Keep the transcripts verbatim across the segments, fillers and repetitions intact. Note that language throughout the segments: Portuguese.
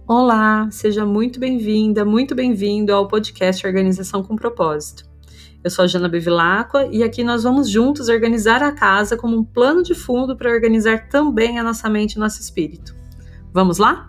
Olá, seja muito bem-vinda, muito bem-vindo ao podcast Organização com Propósito. Eu sou a Jana Bevilacqua e aqui nós vamos juntos organizar a casa como um plano de fundo para organizar também a nossa mente e nosso espírito. Vamos lá?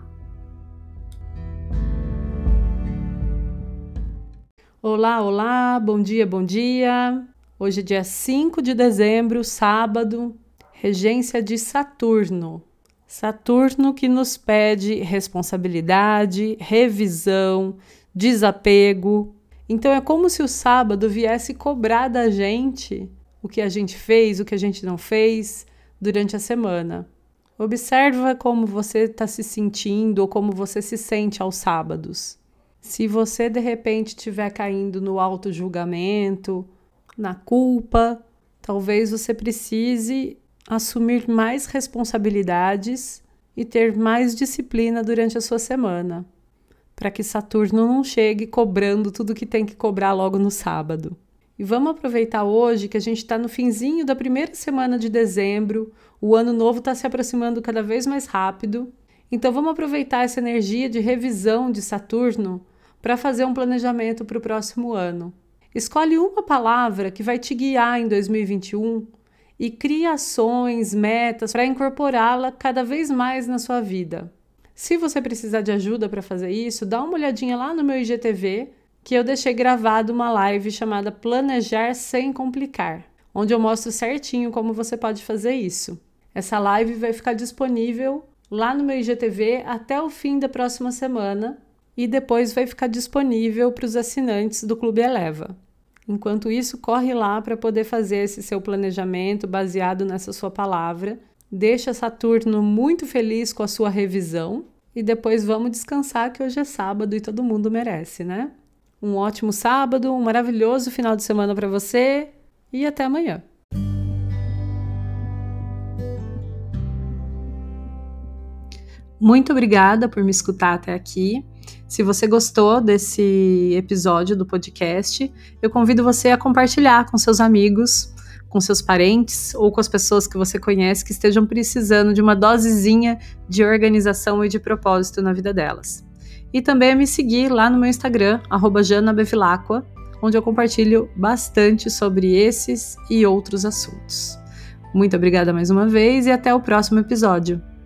Olá, olá, bom dia, bom dia. Hoje é dia cinco de dezembro, sábado, regência de Saturno. Saturno que nos pede responsabilidade, revisão, desapego. Então é como se o sábado viesse cobrar da gente o que a gente fez, o que a gente não fez durante a semana. Observa como você está se sentindo ou como você se sente aos sábados. Se você de repente estiver caindo no auto-julgamento, na culpa, talvez você precise assumir mais responsabilidades e ter mais disciplina durante a sua semana, para que Saturno não chegue cobrando tudo que tem que cobrar logo no sábado. E vamos aproveitar hoje que a gente está no finzinho da primeira semana de dezembro, o ano novo está se aproximando cada vez mais rápido, então vamos aproveitar essa energia de revisão de Saturno para fazer um planejamento para o próximo ano. Escolhe uma palavra que vai te guiar em dois mil e vinte e um e cria ações, metas para incorporá-la cada vez mais na sua vida. Se você precisar de ajuda para fazer isso, dá uma olhadinha lá no meu I G T V, que eu deixei gravado uma live chamada Planejar Sem Complicar, onde eu mostro certinho como você pode fazer isso. Essa live vai ficar disponível lá no meu I G T V até o fim da próxima semana e depois vai ficar disponível para os assinantes do Clube Eleva. Enquanto isso, corre lá para poder fazer esse seu planejamento baseado nessa sua palavra. Deixa Saturno muito feliz com a sua revisão e depois vamos descansar que hoje é sábado e todo mundo merece, né? Um ótimo sábado, um maravilhoso final de semana para você e até amanhã. Muito obrigada por me escutar até aqui. Se você gostou desse episódio do podcast, eu convido você a compartilhar com seus amigos, com seus parentes ou com as pessoas que você conhece que estejam precisando de uma dosezinha de organização e de propósito na vida delas. E também a me seguir lá no meu Instagram, arroba Jana Bevilacqua, onde eu compartilho bastante sobre esses e outros assuntos. Muito obrigada mais uma vez e até o próximo episódio.